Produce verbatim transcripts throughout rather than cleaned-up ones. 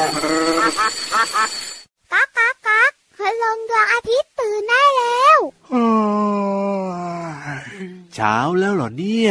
ก๊ากก๊ากก๊ากคืนลงดวงอาทิตย์ตื่นได้แล้วเช้าแล้วเหรอเนี่ย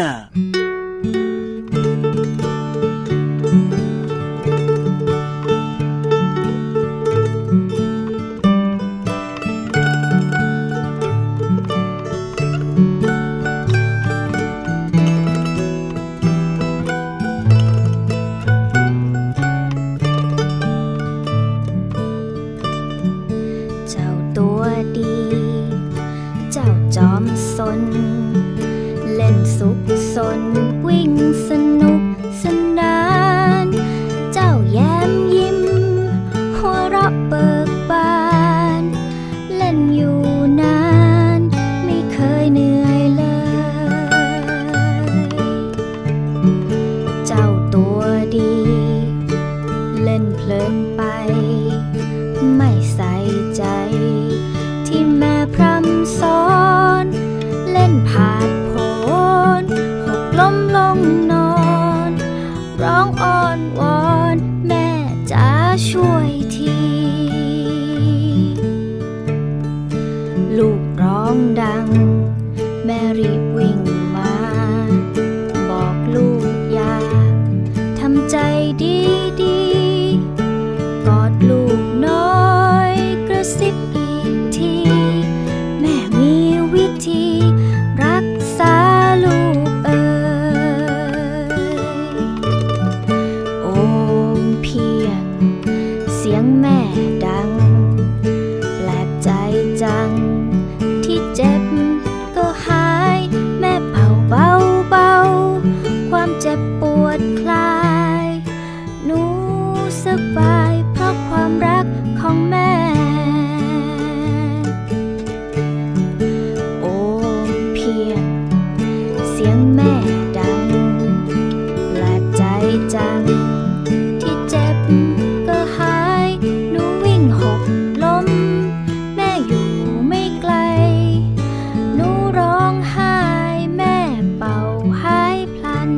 จอมซนเล่นสุขสนวิ่งสนุกสนานเจ้าแย้มยิ้มหัวเราะเบิกบานเล่นอยู่นานไม่เคยเหนื่อยเลยเจ้าตัวดีเล่นเพลินไปไม่ใส่ใจที่แม่พร่ำสอนเล่นผาดโผนหกล้มลงนอนร้องอ้อนวอนแม่จ๋าช่วยทีลูกร้องดังแม่รีบวิ่งมาบอกลูกอย่าทำใจดีดีกอดลูกน้อยกระซิบอีกทีแม่มีวิธีรักษาลูกเอ๋ยโอมเพียงเสียงแม่ดังแปลกใจจังที่เจ็บก็หายแม่เป่าเบาเบาความเจ็บปวดคลายหนูสบายเพราะความรักของแม่โอมเพียงเสียงแม่ดังแปลกใจจังที่เจ็บก็หายหนูวิ่งหกล้มแม่อยู่ไม่ไกลหนูร้องไห้แม่เป่าหายพลัน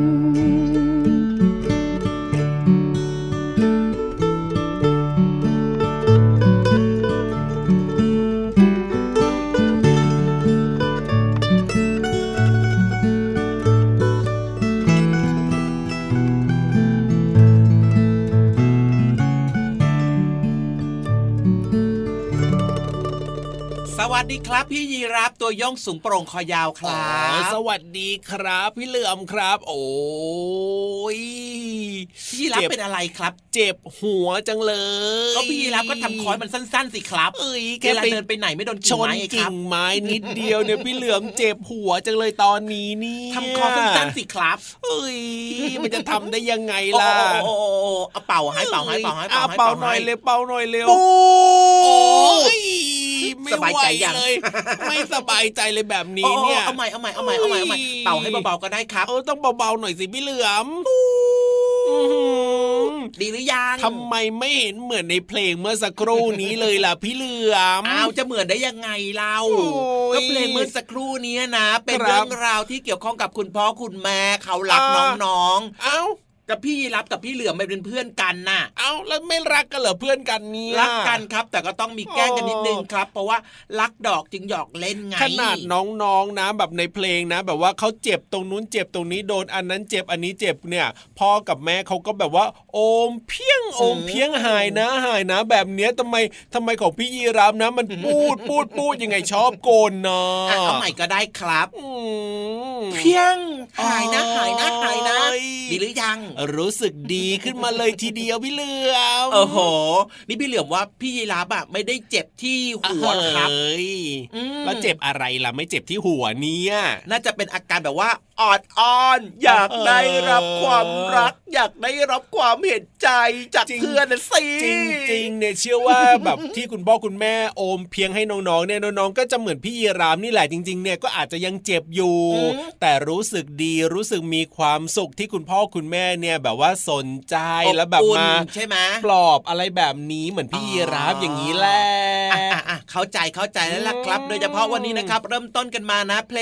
สวัสดีครับพี่ยีรับตัวย่องสูงโปร่งคอยาวครับสวัสดีครับพี่เหลือมครับโอ้ยพี่ยีรับเป็นอะไรครับเจ็บหัวจังเลยก็พี่ยีรับก็ทำคอยมันสั้นๆสิครับเอ้ยเวลาเดินไปไหนไม่โดนชนกิ่งไม้นิดเดียวเนี่ยพี่เหลือมเจ็บหัวจังเลยตอนนี้นี่ทำคอสั้นๆสิครับเอ้ยมันจะทำได้ยังไงล่ะโอ้เอาเป่าให้เป่าให้เป่าให้เป่าให้เป่าหน่อยเลยเป่าหน่อยเร็วสบายใจยังเลยไม่สบายใจเลยแบบนี้เนี่ยเอาใหม่เอาใหม่เอาใหม่เอาใหม่เอาใหม่เป่าให้เบาๆก็ได้ครับเออต้องเบาๆหน่อยสิพี่เหลือมดีหรือยังทำไมไม่เห็นเหมือนในเพลงเมื่อสักครู่นี้เลยล่ะพี่เหลือมอ้าวจะเหมือนได้ยังไงเล่าก็เพลงเมื่อสักครู่นี้นะเป็นเรื่องราวที่เกี่ยวข้องกับคุณพ่อคุณแม่เขารักน้องๆอ้าวกับพี่รับกับพี่เหลือมเป็นเพื่อนกันน่ะเอ้าแล้วไม่รักกันเหรอเพื่อนกันเนี่ยรักกันครับแต่ก็ต้องมีแกล้งกันนิดนึงครับเพราะว่ารักดอกจึงหยอกเล่นไงขนาดน้องๆนะแบบในเพลงนะแบบว่าเขาเจ็บตรงนู้นเจ็บตรงนี้โดนอันนั้นเจ็บอันนี้เจ็บเนี่ยพ่อกับแม่เขาก็แบบว่าโอมเพียงโอมเพียงหายนะหายนะแบบเนี้ยทำไมทำไมของพี่ยีรับนะมันพูดพูดพูดยังไงชอบโกนเนาะเอาใหม่ก็ได้ครับเพียงหายนะหายนะหายนะดีหรือยังรู้สึกดีขึ้นมาเลยทีเดียวพี่เหลือมโอ้โหนี่พี่เหลือมว่าพี่ยีราฟอะไม่ได้เจ็บที่หัวครับแล้วเจ็บอะไรล่ะไม่เจ็บที่หัวเนี่ยน่าจะเป็นอาการแบบว่าออดอ้อนอยากได้รับความรักอยากได้รับความเห็นใจจากเพื่อนนะสิจริงๆเนี่ยเชื่อว่าแบบที่คุณพ่อคุณแม่โอมเพียงให้น้องๆเนี่ยน้องๆก็จะเหมือนพี่ยีรามนี่แหละจริงๆเนี่ยก็อาจจะยังเจ็บอยู่แต่รู้สึกดีรู้สึกมีความสุขที่คุณพ่อคุณแม่เนี่ยแบบว่าสนใจแล้วแบบมาใช่ไหมปลอบอะไรแบบนี้เหมือนพี่ยีราฟอย่างนี้แหละเข้าใจเข้าใจแล้วล่ะครับโดยเฉพาะวันนี้นะครับเริ่มต้นกันมานะเพลง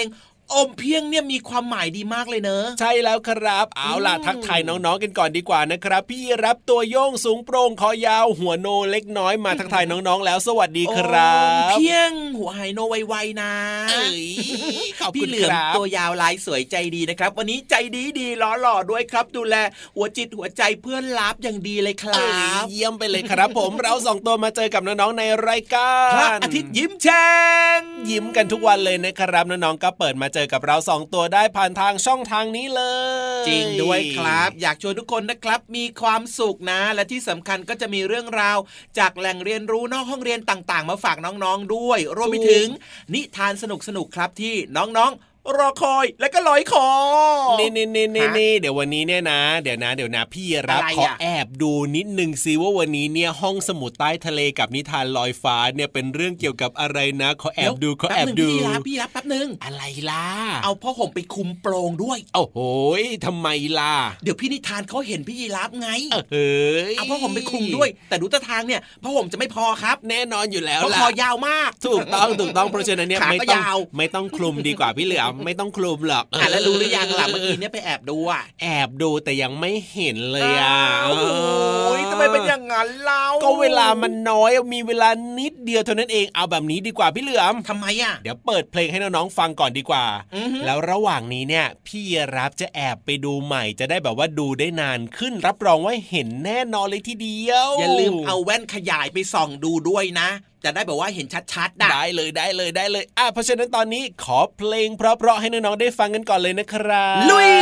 อมเพียงเนี่ยมีความหมายดีมากเลยเนอะใช่แล้วครับเอาล่ะทักทายน้องๆกันก่อนดีกว่านะครับพี่รับตัวโยงสูงโปร่งคอยาวหัวโนเล็กน้อยมาทักทายน้องๆแล้วสวัสดีครับเพียงหัวไฮโนไวๆนะเอ้ยขอบคุณครับพี่เหลือมตัวยาวลายสวยใจดีนะครับวันนี้ใจดีดีล้อหล่อด้วยครับดูแลหัวจิตหัวใจเพื่อนลับอย่างดีเลยครับเยี่ยมไปเลยครับผมเราสองตัวมาเจอกับน้องๆในรายการพระอาทิตย์ยิ้มแฉ่งยิ้มกันทุกวันเลยนะครับน้องๆก็เปิดมาเจอกับเราสองตัวได้ผ่านทางช่องทางนี้เลยจริงด้วยครับอยากชวนทุกคนนะครับมีความสุขนะและที่สำคัญก็จะมีเรื่องราวจากแหล่งเรียนรู้นอกห้องเรียนต่างๆมาฝากน้องๆด้วยรวมไปถึงนิทานสนุกๆครับที่น้องๆรอคอยแล้วก็ลอยคอนี่นี่นี่นี่นี่เดี๋ยววันนี้เนี่ยนะเดี๋ยวนะเดี๋ยวนะพี่รับขอแอบดูนิดนึงซิว่าวันนี้เนี่ยห้องสมุดใต้ทะเลกับนิทานลอยฟ้าเนี่ยเป็นเรื่องเกี่ยวกับอะไรนะขอแอบดูขอแอบดูพี่รับพี่รับแป๊บนึงอะไรล่ะเอาผ้าห่มไปคลุมโปร่งด้วยโอ้โหทำไมล่ะเดี๋ยวพี่นิทานเขาเห็นพี่รับไงเฮ้ยเอาผ้าห่มไปคลุมด้วยแต่ดูท่าทางเนี่ยผ้าห่มจะไม่พอครับแน่นอนอยู่แล้วล่ะเพราะคอยาวมากถูกต้องถูกต้องเพราะฉะนั้นเนี่ยไม่ต้องไม่ต้องคลุมดีกว่าพี่เหลือไม่ต้องคลุมหรอกอ่ะแล้วรู้หรือยังล่ะเมื่อกี้เนี่ยไปแอบดูอ่ะแอบดูแต่ยังไม่เห็นเลยอ่ะโอ้ยทำไมเป็นอย่างนั้นเล่าก็เวลามันน้อยมีเวลานิดเดียวเท่านั้นเองเอาแบบนี้ดีกว่าพี่เหลือมทำไมอ่ะเดี๋ยวเปิดเพลงให้น้องๆฟังก่อนดีกว่าแล้วระหว่างนี้เนี่ยพี่รับจะแอบไปดูใหม่จะได้แบบว่าดูได้นานขึ้นรับรองว่าเห็นแน่นอนเลยทีเดียวอย่าลืมเอาแว่นขยายไปส่องดูด้วยนะจะได้แบบว่าเห็นชัดๆได้เลยได้เลยได้เลยอ่ะเพราะฉะนั้นตอนนี้ขอเพลงเพราะๆให้น้องๆได้ฟังกันก่อนเลยนะครับลุย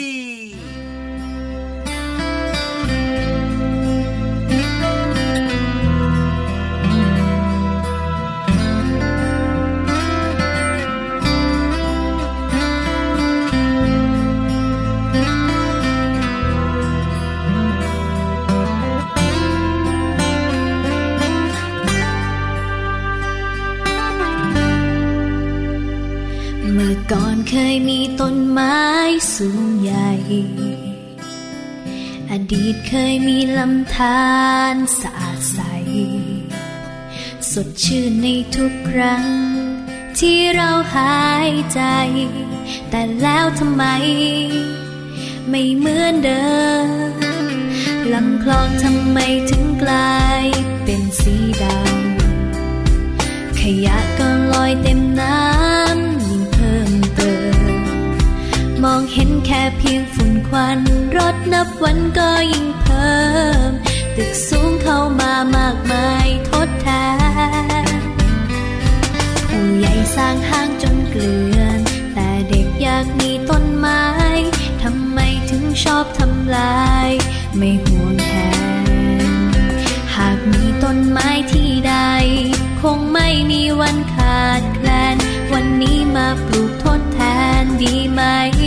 ก่อนเคยมีต้นไม้สูงใหญ่อดีตเคยมีลำธารสะอาดใสสดชื่นในทุกครั้งที่เราหายใจแต่แล้วทำไมไม่เหมือนเดิมลำคลองทำไมถึงกลายเป็นสีดำขยะก็ลอยเต็มน้ำมองเห็นแค่เพียงฝุ่นควันรถนับวันก็ยิ่งเพิ่มตึกสูงเข้ามามากมายทดแทนผู้ใหญ่สร้างห้างจนเกลื่อนแต่เด็กอยากมีต้นไม้ทำไมถึงชอบทำลายไม่ห่วงแหนหากมีต้นไม้ที่ใดคงไม่มีวันขาดแคลนวันนี้มาปลูกทดแทนดีไหม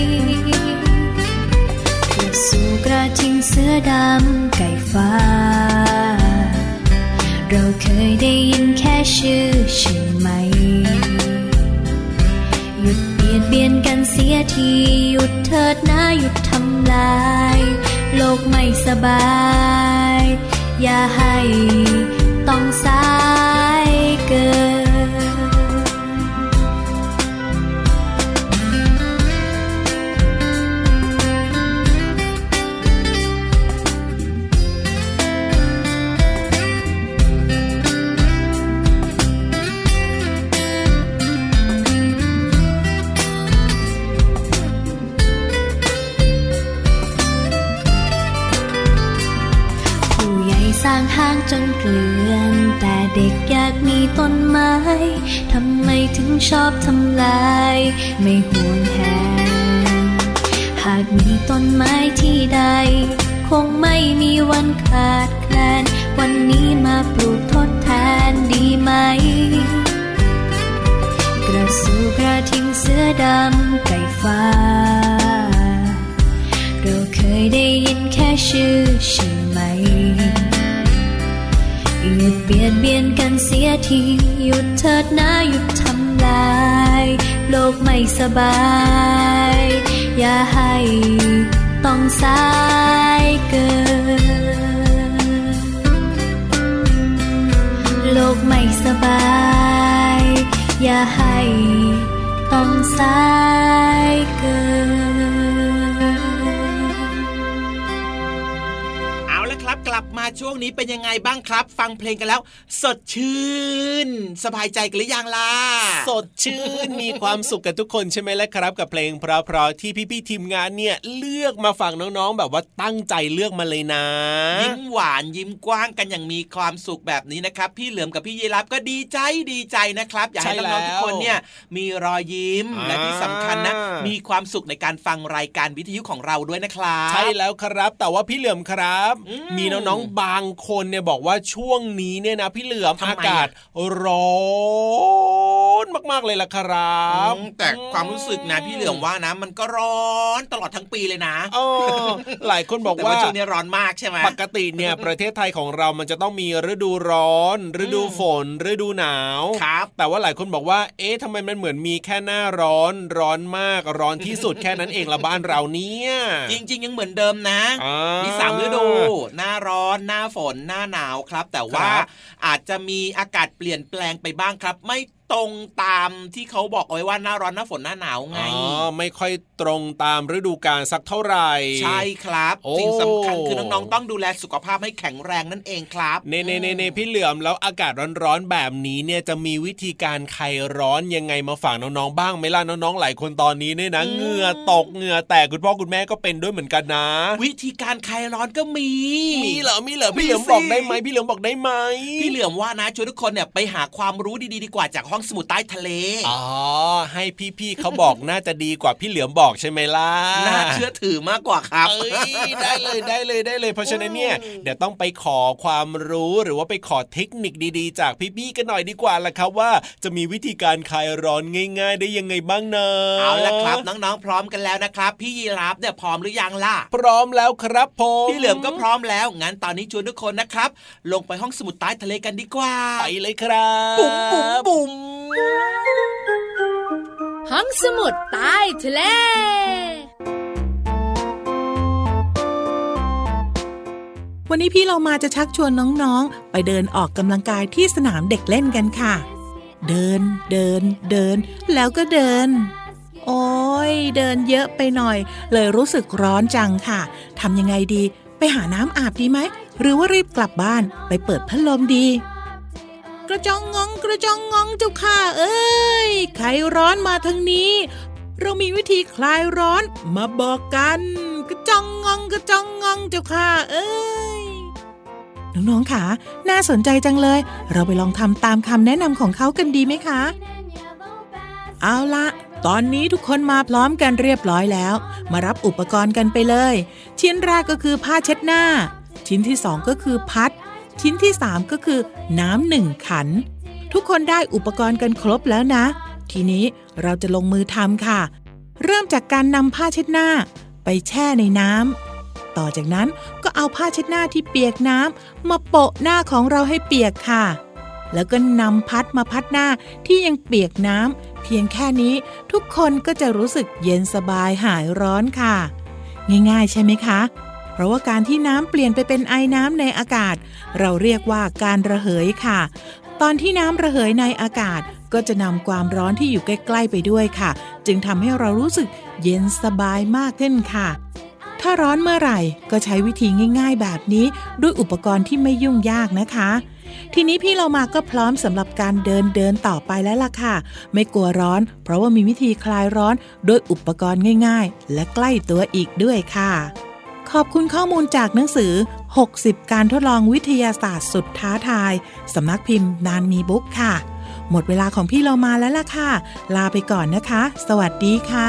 กระสู่กระทิงเสือดำไก่ฟ้าเราเคยได้ยินแค่ชื่อใช่ไหมหยุดเบียดเบียนกันเสียทีหยุดเถิดนะหยุดทำลายโลกไม่สบายอย่าให้ต้องสายเกินสร้างห้างจนเกลื่อนแต่เด็กอยากมีต้นไม้ทำไมถึงชอบทำลายไม่ห่วงแหนหากมีต้นไม้ที่ใดคงไม่มีวันขาดแคลนวันนี้มาปลูกทดแทนดีไหมกระสู่กระทิงเสือดำไก่ฟ้าเราเคยได้ยินแค่ชื่อใช่ไหมหยุดเบียดเบียนกันเสียทีหยุดเถิดนะหยุดทำลายโลกไม่สบายอย่าให้ต้องสายเกินโลกไม่สบายอย่าให้ต้องสายเกินเอาละครับกลับมาช่วงนี้เป็นยังไงบ้างครับฟังเพลงกันแล้วสดชื่นสบายใจกันหรือยังล่ะสดชื่นมีความสุขกันทุกคนใช่ไหมล่ะครับกับเพลงเพราะๆที่พี่ๆทีมงานเนี่ยเลือกมาฝากน้องๆแบบว่าตั้งใจเลือกมาเลยนะยิ้มหวานยิ้มกว้างกันอย่างมีความสุขแบบนี้นะครับพี่เหลือมกับพี่ยีรับก็ดีใจดีใจนะครับอยากให้น้องๆทุกคนเนี่ยมีรอยยิ้มและที่สำคัญนะมีความสุขในการฟังรายการวิทยุของเราด้วยนะครับใช่แล้วครับแต่ว่าพี่เหลือมครับมีน้องๆบางคนเนี่ยบอกว่าช่วงนี้เนี่ยนะพี่เหลือมอากาศร้อนมากๆเลยล่ะครับแต่ความรู้สึกนะพี่เหลือมว่านะมันก็ร้อนตลอดทั้งปีเลยนะเออหลายคนบอกว่าช่วงนี้ร้อนมากใช่ไหมปกติเนี่ยประเทศไทยของเรามันจะต้องมีฤดูร้อนฤดูฝนฤดูหนาวครับแต่ว่าหลายคนบอกว่าเอ๊ะทำไมมันเหมือนมีแค่หน้าร้อนร้อนมากร้อนที่สุดแค่นั้นเองละบ้านเราเนี่ยจริงๆยังเหมือนเดิมนะมีสามฤดูหน้าร้อนหน้าฝนหน้าหนาวครับแต่ว่าอาจจะมีอากาศเปลี่ยนแปลงไปบ้างครับไม่ตรงตามที่เขาบอกเอาไว้ว่าหน้าร้อนหน้าฝนหน้าหนาวไงอ๋อไม่ค่อยตรงตามฤดูกาลสักเท่าไหร่ใช่ครับสิ่งสำคัญคือน้องๆต้องดูแลสุขภาพให้แข็งแรงนั่นเองครับเน่เน่เน่พี่เหลือมแล้วอากาศร้อนๆแบบนี้เนี่ยจะมีวิธีการคลายร้อนยังไงมาฝากน้องๆบ้างไหมล่ะน้องๆหลายคนตอนนี้เนี่ยนะเหงื่อตกเหงื่อแตกคุณพ่อคุณแม่ก็เป็นด้วยเหมือนกันนะวิธีการคลายร้อนก็มีมีเหรอมีเหรอพี่เหลือมบอกได้ไหมพี่เหลือมบอกได้ไหมพี่เหลือมว่านะชวนทุกคนเนี่ยไปหาความรู้ดีๆดีกว่าจากห้องสมุดใต้ทะเลอ๋อให้พี่ๆเขาบอกน่าจะดีกว่าพี่เหลือมบอกใช่ไหมล่ะน่าเชื่อถือมากกว่าครับเอ้ยได้เลยได้เลยได้เลยเพราะฉะนั้นเนี่ยเดี๋ยวต้องไปขอความรู้หรือว่าไปขอเทคนิคดีๆจากพี่ๆกันหน่อยดีกว่าล่ะครับว่าจะมีวิธีการคลายร้อนง่ายๆได้ยังไงบ้างนะเอาล่ะครับน้องๆพร้อมกันแล้วนะครับพี่ยีรับเนี่ยพร้อมหรือยังล่ะพร้อมแล้วครับผมพี่เหลือมก็พร้อมแล้วงั้นตอนนี้ชวนทุกคนนะครับลงไปห้องสมุดใต้ทะเลกันดีกว่าไปเลยครับบุ๋มบุ๋มบุ๋มห้องสมุดใต้ทะเลวันนี้พี่เรามาจะชักชวนน้องๆไปเดินออกกำลังกายที่สนามเด็กเล่นกันค่ะเดินเดินเดินแล้วก็เดินโอ้ยเดินเยอะไปหน่อยเลยรู้สึกร้อนจังค่ะทำยังไงดีไปหาน้ำอาบดีไหมหรือว่ารีบกลับบ้านไปเปิดพัดลมดีกระจองงองกระจองงองเจ้าค่ะเอ้ยใครร้อนมาทางนี้เรามีวิธีคลายร้อนมาบอกกันกระจองงองกระจองงองเจ้าค่ะเอ้ยน้องๆค่ะน่าสนใจจังเลยเราไปลองทำตามคำแนะนำของเขากันดีไหมคะเอาละตอนนี้ทุกคนมาพร้อมกันเรียบร้อยแล้วมารับอุปกรณ์กันไปเลยชิ้นแรกก็คือผ้าเช็ดหน้าชิ้นที่สองก็คือพัดชิ้นที่สามก็คือน้ำหนึ่งขันทุกคนได้อุปกรณ์กันครบแล้วนะทีนี้เราจะลงมือทำค่ะเริ่มจากการนำผ้าเช็ดหน้าไปแช่ในน้ำต่อจากนั้นก็เอาผ้าเช็ดหน้าที่เปียกน้ำมาโปะหน้าของเราให้เปียกค่ะแล้วก็นำพัดมาพัดหน้าที่ยังเปียกน้ำเพียงแค่นี้ทุกคนก็จะรู้สึกเย็นสบายหายร้อนค่ะง่ายๆใช่ไหมคะเพราะว่าการที่น้ำเปลี่ยนไปเป็นไอน้ำในอากาศเราเรียกว่าการระเหยค่ะตอนที่น้ำระเหยในอากาศก็จะนำความร้อนที่อยู่ใกล้ๆไปด้วยค่ะจึงทำให้เรารู้สึกเย็นสบายมากขึ้นค่ะถ้าร้อนเมื่อไหร่ก็ใช้วิธีง่ายๆแบบนี้ด้วยอุปกรณ์ที่ไม่ยุ่งยากนะคะทีนี้พี่เรามาก็พร้อมสำหรับการเดินเดินต่อไปแล้วล่ะค่ะไม่กลัวร้อนเพราะว่ามีวิธีคลายร้อนโดยอุปกรณ์ง่ายๆและใกล้ตัวอีกด้วยค่ะขอบคุณข้อมูลจากหนังสือหกสิบการทดลองวิทยาศาสตร์สุดท้าทายสำนักพิมพ์นานมีบุ๊กค่ะหมดเวลาของพี่เรามาแล้วล่ะค่ะลาไปก่อนนะคะสวัสดีค่ะ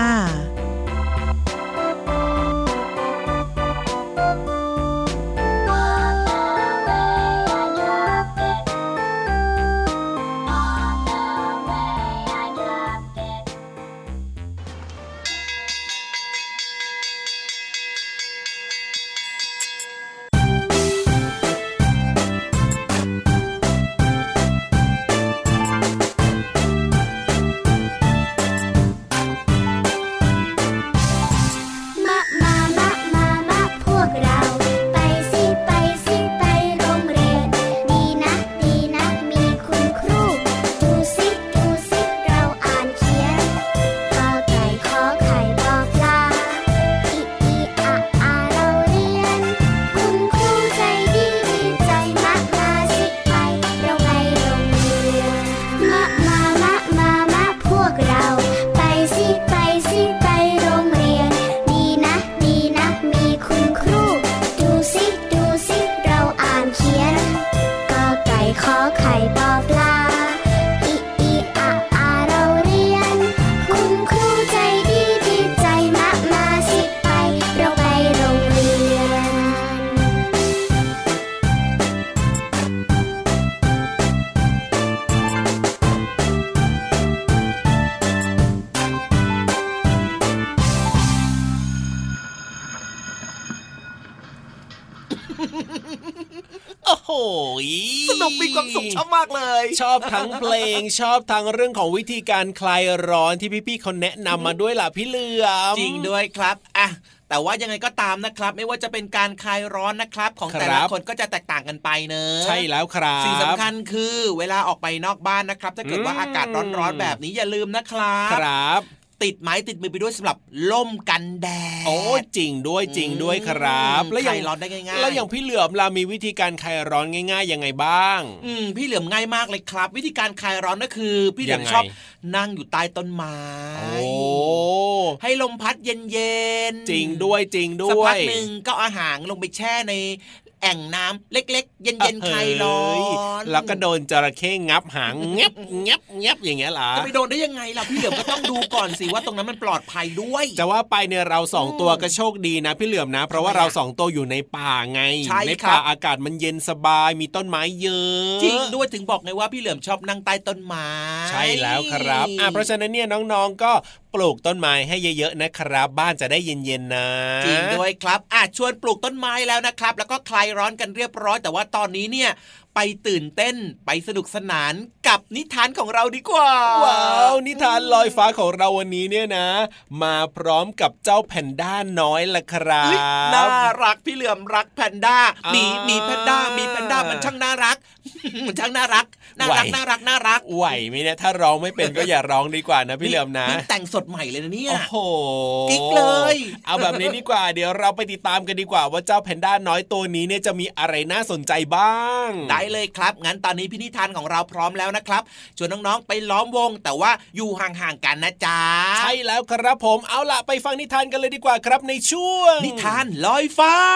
สนุกมีความสุขชอบมากเลยชอบทั้งเพลงชอบทั้งเรื่องของวิธีการคลายร้อนที่พี่ๆเขาแนะนำมาด้วยล่ะพี่เหลือมจริงด้วยครับอ่ะแต่ว่ายังไงก็ตามนะครับไม่ว่าจะเป็นการคลายร้อนนะครับของแต่ละคนก็จะแตกต่างกันไปเนอะใช่แล้วครับสิ่งสำคัญคือเวลาออกไปนอกบ้านนะครับถ้าเกิดว่าอากาศร้อนๆแบบนี้อย่าลืมนะครับครับติดไม้ติดมือไปด้วยสำหรับล่มกันแดดโอ้จริงด้วยจริงด้วยครับแล้วคลายร้อนได้ง่ายๆแล้วอย่างพี่เหลือมเรามีวิธีการคลายร้อนง่ายๆยังไงบ้างอืมพี่เหลือมง่ายมากเลยครับวิธีการคลายร้อนก็คือพี่เหลือมชอบนั่งอยู่ใต้ต้นไม้โอ้ให้ลมพัดเย็นๆจริงด้วยจริงด้วยสักพักนึงก็เอาหางลงไปแช่ในแอ่งน้ำเล็กๆเย็นๆคลายร้อนแล้วก็โดนจระเข้งับหางเงียบเงียบเงียบอย่างเงี้ยล่ะจะไปโดนได้ยังไงล่ะพี่เหลือมก็ต้องดูก่อนสิว่าตรงนั้นมันปลอดภัยด้วยจะว่าไปเนี่ยเราสองตัวก็โชคดีนะพี่เหลือมนะเพราะว่าเราสองตัวอยู่ในป่าไงในป่าอากาศมันเย็นสบายมีต้นไม้เยอะจริงด้วยถึงบอกไงว่าพี่เหลือมชอบนั่งใต้ต้นไม้ใช่แล้วครับอ่ะเพราะฉะนั้นเนี่ยน้องๆก็ปลูกต้นไม้ให้เยอะๆนะครับบ้านจะได้เย็นๆนะจริงด้วยครับอ่ะชวนปลูกต้นไม้แล้วนะครับแล้วก็คลายร้อนกันเรียบร้อยแต่ว่าตอนนี้เนี่ยไปตื่นเต้นไปสนุกสนานกับนิทานของเราดีกว่าว้าวนิทานลอยฟ้าของเราวันนี้เนี่ยนะมาพร้อมกับเจ้าแพนด้าน้อยละครับน่ารักพี่เหลือมรักแพนด้ามีมีแพนด้ามีแพนด้ามันช่างน่ารักมันช่างน่ารักน่ารักน่ารักน่ารักไหวไหมเนี่ยถ้าร้องไม่เป็นก็อย่าร้องดีกว่านะพี่เหลือมนะนี่แต่งสดใหม่เลยนะเนี่ยโอ้โหกิ๊กเลยเอาแบบนี้ดีกว่าเดี๋ยวเราไปติดตามกันดีกว่าว่าเจ้าแพนด้าน้อยตัวนี้เนี่ยจะมีอะไรน่าสนใจบ้างได้เลยครับงั้นตอนนี้พี่นิทานของเราพร้อมแล้วนะครับชวนน้องๆไปล้อมวงแต่ว่าอยู่ห่างๆกันนะจ๊ะใช่แล้วครับผมเอาล่ะไปฟังนิทานกันเลยดีกว่าครับในช่วงนิทานลอยฟ้า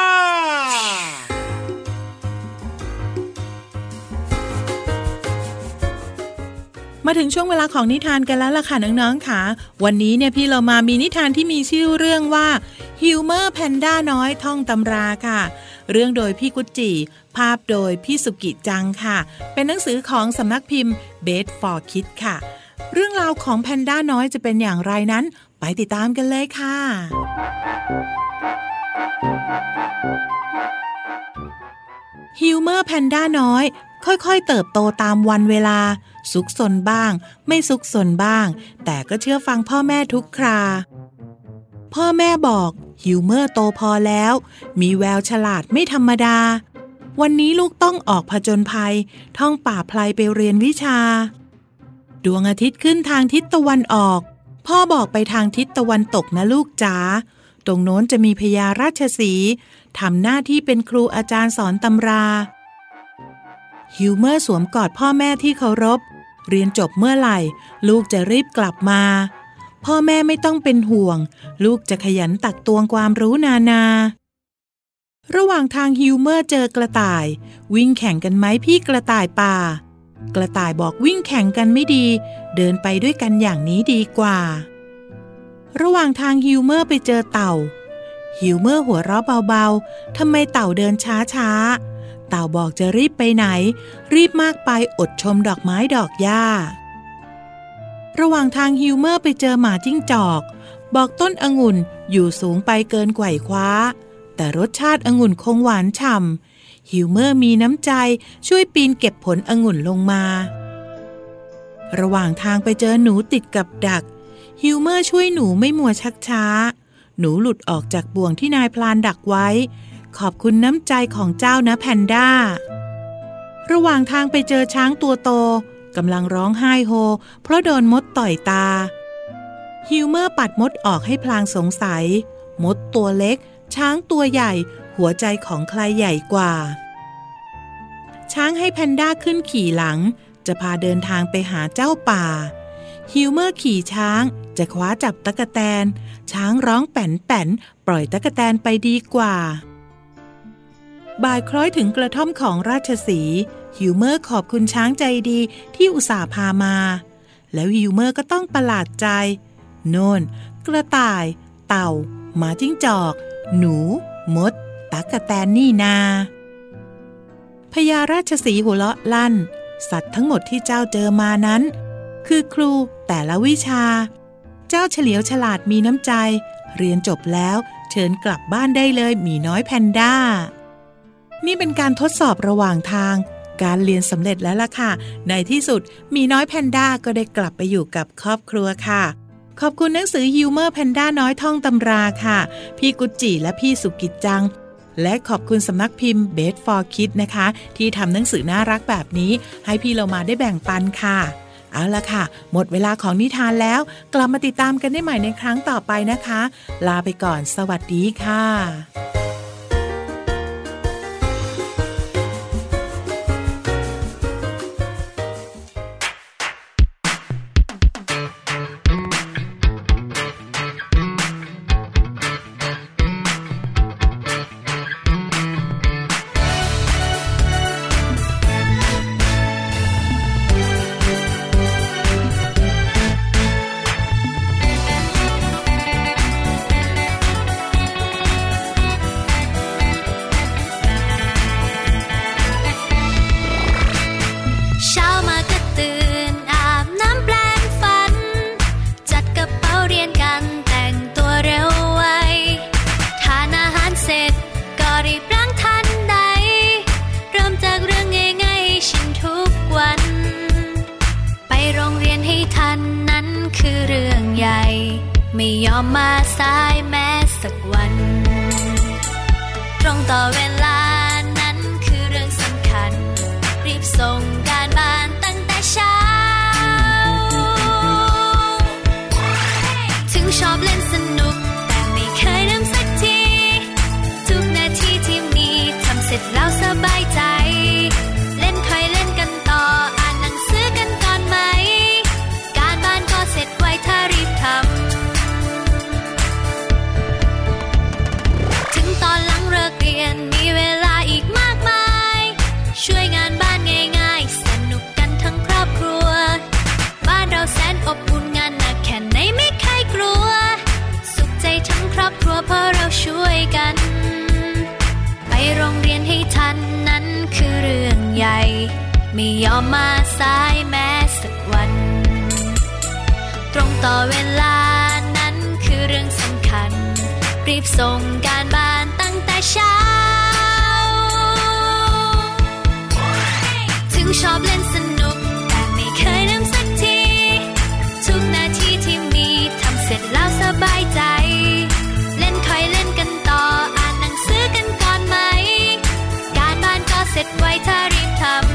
มาถึงช่วงเวลาของนิทานกันแล้วล่ะค่ะน้องๆค่ะวันนี้เนี่ยพี่เรามามีนิทานที่มีชื่อเรื่องว่าฮิวเมอร์แพนด้าน้อยท่องตำราค่ะเรื่องโดยพี่กุจจิภาพโดยพี่สุกิจังค่ะเป็นหนังสือของสำนักพิมพ์ Best for Kids ค่ะเรื่องราวของแพนด้าน้อยจะเป็นอย่างไรนั้นไปติดตามกันเลยค่ะฮิวเมอร์แพนด้าน้อยค่อยๆเติบโตตามวันเวลาซุกซนบ้างไม่ซุกซนบ้างแต่ก็เชื่อฟังพ่อแม่ทุกคราพ่อแม่บอกฮิวเมอร์โตพอแล้วมีแววฉลาดไม่ธรรมดาวันนี้ลูกต้องออกผจญภัยท่องป่าไพลไปเรียนวิชาดวงอาทิตย์ขึ้นทางทิศตะวันออกพ่อบอกไปทางทิศตะวันตกนะลูกจ๋าตรงโน้นจะมีพญาราชสีห์ทำหน้าที่เป็นครูอาจารย์สอนตำราฮิวเมอร์สวมกอดพ่อแม่ที่เคารพเรียนจบเมื่อไหร่ลูกจะรีบกลับมาพ่อแม่ไม่ต้องเป็นห่วงลูกจะขยันตักตวงความรู้นานาระหว่างทางฮิวเมอร์เจอกระต่ายวิ่งแข่งกันไหมพี่กระต่ายป่ากระต่ายบอกวิ่งแข่งกันไม่ดีเดินไปด้วยกันอย่างนี้ดีกว่าระหว่างทางฮิวเมอร์ไปเจอเต่าฮิวเมอร์หัวเราะเบาๆทำไมเต่าเดินช้าๆเต่าบอกจะรีบไปไหนรีบมากไปอดชมดอกไม้ดอกหญ้าระหว่างทางฮิวเมอร์ไปเจอหมาจิ้งจอกบอกต้นองุ่นอยู่สูงไปเกินไขว่คว้าแต่รสชาติองุ่นคงหวานฉ่ำฮิวเมอร์มีน้ำใจช่วยปีนเก็บผลองุ่นลงมาระหว่างทางไปเจอหนูติดกับดักฮิวเมอร์ช่วยหนูไม่มัวชักช้าหนูหลุดออกจากบ่วงที่นายพลานดักไว้ขอบคุณน้ำใจของเจ้านะแพนด้าระหว่างทางไปเจอช้างตัวโตกำลังร้องไห้โฮเพราะโดนมดต่อยตาฮิวเมอร์ปัดมดออกให้พลางสงสัยมดตัวเล็กช้างตัวใหญ่หัวใจของใครใหญ่กว่าช้างให้แพนด้าขึ้นขี่หลังจะพาเดินทางไปหาเจ้าป่าฮิวเมอร์ขี่ช้างจะคว้าจับตั๊กแตนช้างร้องแป่นๆปล่อยตั๊กแตนไปดีกว่าบ่ายคล้อยถึงกระท่อมของราชสีห์ฮิวเมอร์ขอบคุณช้างใจดีที่อุตส่าห์พามาแล้วฮิวเมอร์ก็ต้องประหลาดใจโน่นกระต่ายเต่าหมาจิ้งจอกหนูมดตั๊กแตนนี่นาพญาราชสีห์หัวเราะลั่นสัตว์ทั้งหมดที่เจ้าเจอมานั้นคือครูแต่ละวิชาเจ้าเฉลียวฉลาดมีน้ำใจเรียนจบแล้วเชิญกลับบ้านได้เลยหมีน้อยแพนด้านี่เป็นการทดสอบระหว่างทางการเรียนสำเร็จแล้วล่ะค่ะในที่สุดหมีน้อยแพนด้าก็ได้กลับไปอยู่กับครอบครัวค่ะขอบคุณหนังสือฮิวเมอร์แพนด้าน้อยท่องตำราค่ะพี่กุจจิและพี่สุกิจจังและขอบคุณสำนักพิมพ์ Best for Kids นะคะที่ทำหนังสือน่ารักแบบนี้ให้พี่เรามาได้แบ่งปันค่ะเอาล่ะค่ะหมดเวลาของนิทานแล้วกลับมาติดตามกันได้ใหม่ในครั้งต่อไปนะคะลาไปก่อนสวัสดีค่ะไม่ยอมมาสายแม้สักวันตรงต่อเวลานั้นคือเรื่องสำคัญรีบส่งการบ้านตั้งแต่เช้าถึงชอบเล่นสนุกแต่ไม่เคยลืมสักทีทุกนาทีที่มีทำเสร็จแล้วสบายใจเล่นค่อยเล่นกันต่ออ่านหนังสือกันก่อนไหมการบ้านก็เสร็จไวถ้ารีบทำตอนหลังเลิกเรียนมีเวลาอีกมากมายช่วยงานบ้านง่ายๆสนุกกันทั้งครอบครัวบ้านเราแสนอบอุ่นงานหนักแค่ไหนไม่เคยกลัวสุขใจทั้งครอบครัวเพราะเราช่วยกันไปโรงเรียนให้ทันนั้นคือเรื่องใหญ่ไม่ยอมมาสายแม้สักวันตรงต่อเวลานั้นคือเรื่องสำคัญรีบส่งการบ้านตั้งแต่เช้าถึงชอบเล่นสนุกแต่ไม่เคยลืมสักทีทุกนาทีที่มีทำเสร็จแล้วสบายใจเล่นค่อยเล่นกันต่ออ่านหนังสือกันก่อนไหมการบ้านก็เสร็จไวถ้ารีบทำ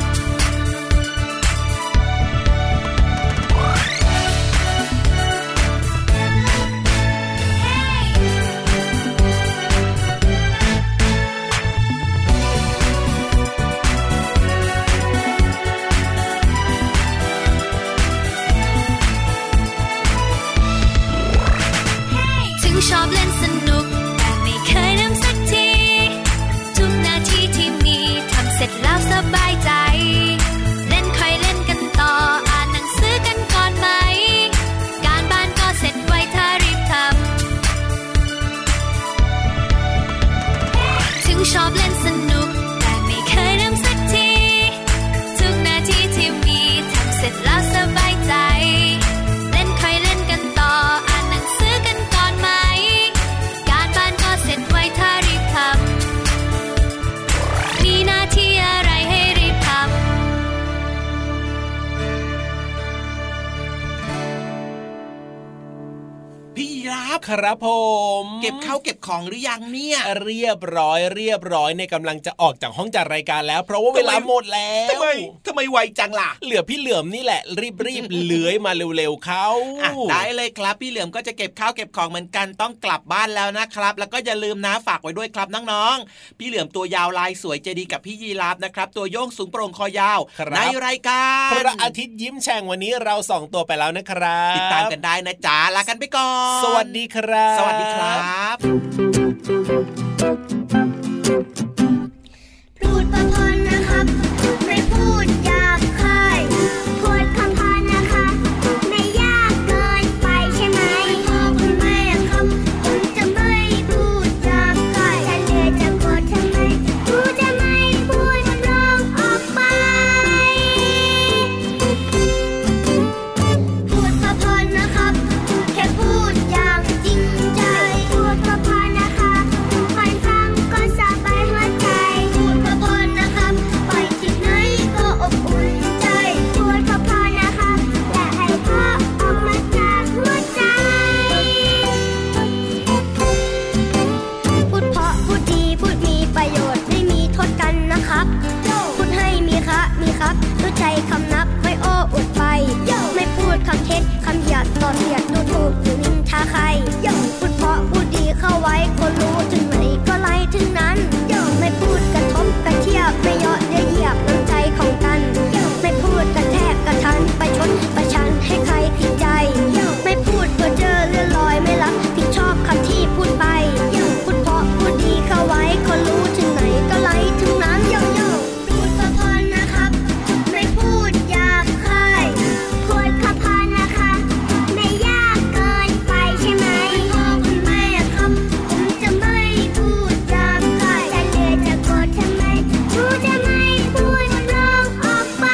ชอบเล่นสนุกแต่ไม่เคยลืมสักทีทุกนาทีที่มีทำเสร็จแล้วสบายใจเล่นค่อยเล่นกันต่ออ่านหนังสือกันก่อนไหมการบ้านก็เสร็จไวถ้ารีบทำถึงชอบเล่นสนุกแต่ไม่เคยลืมสักทีทุกนาทีที่มีทำเสร็จแล้วสบายใจเล่นค่อยเล่นกันต่ออ่านหนังสือกันก่อนไหมการบ้านก็เสร็จไวถ้ารีบทำมีหน้าที่อะไรให้รีบทำพี่รับครับผมเก็บข้าวเก็บของหรือยังเนี่ยเรียบร้อยเรียบร้อยในกำลังจะออกจากห้องจัดรายการแล้วเพราะว่าเวลาหมดแล้วทำไมทำไมไวจังล่ะเหลือพี่เหลือมนี่แหละรีบๆเลื้อยมาเร็วๆเขาได้เลยครับพี่เหลือมก็จะเก็บข้าวเก็บของเหมือนกันต้องกลับบ้านแล้วนะครับแล้วก็อย่าลืมนะฝากไว้ด้วยครับน้องๆพี่เหลือมตัวยาวลายสวยใจดีกับพี่ยีราฟนะครับตัวโยงสูงโปร่งคอยาวในรายการพระอาทิตย์ยิ้มแฉ่งวันนี้เราสองตัวไปแล้วนะครับติดตามกันได้นะจ๊ะลากันไปก่อนสวัสดีครับสวัสดีครับพูดพอๆนะครับไม่พูดหยาบคายพูดพอๆนะคะไม่ยากเกินไปใช่ไหมพ่อคุณแม่ครับผมจะไม่พูดหยาบคายถ้าเหนื่อยจะโกรธทำไมกูจะไม่พูดร้องออกไปพูดพอๆนะครับแค่พูดอย่างจริงใจพูดพอๆนะคะฟังฟังนะครับรู้ใจคำนับไม่โอ้อวดไปไม่พูดคำเท็จคำหยาดต่อเสียดดูถูกหรือนินทาใครพูดเพราะพูดดีเข้าไว้คนรู้ถึงไหนก็ไล่ถึงนั้นไม่พูดกระทบกระเทียบไม่เยาะเย้ยเหยียบน้ำใจของกันไม่พูดกระแทกกระทันไปชนประชันให้ใครผิดใจไม่พูดเพ้อเจ้อเลื่อนลอยไม่รับผิดชอบคำที่พูดไปพูดเพราะพูดดีเข้าไว้คนรู้ถึงไหนก็ไล่ถึงนั้นโยโย่พูดเพราะๆนะครับไม่พูดหยาบคายพูดเพราะๆนะคะไม่ยากเกินไปใช่ไหมพ่อคุณแม่ครับผมจะไม่พูดหยาบคายจะเหนื่อยจะโกรธทำไมหนูจะไม่พูดร้องออกไป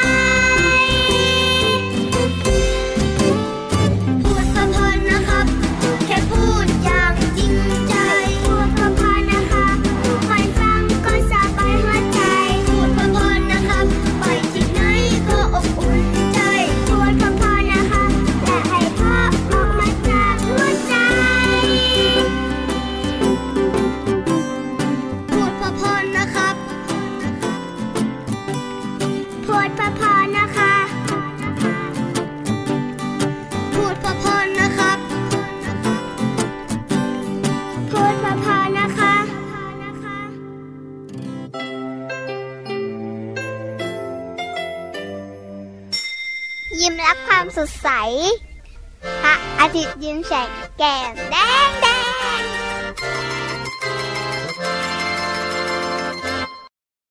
พูดเพราะๆนะครับแค่พูดอย่างจริงใจพูดเพราะๆนะคะใครฟังก็สบายหัวใจพูดเพราะๆนะครับไปที่ไหนก็อบอุ่นใจพูดเพราะๆนะคะและให้เพราะออกมาจากหัวใจพูดเพราะๆนะครับพูดเพราะๆนะคะพูดเพราะๆนะครับพูดเพราะๆนะคะยิ้มรับความสดใสพระอาทิตย์ยิ้มแฉกแก้มแดงแดง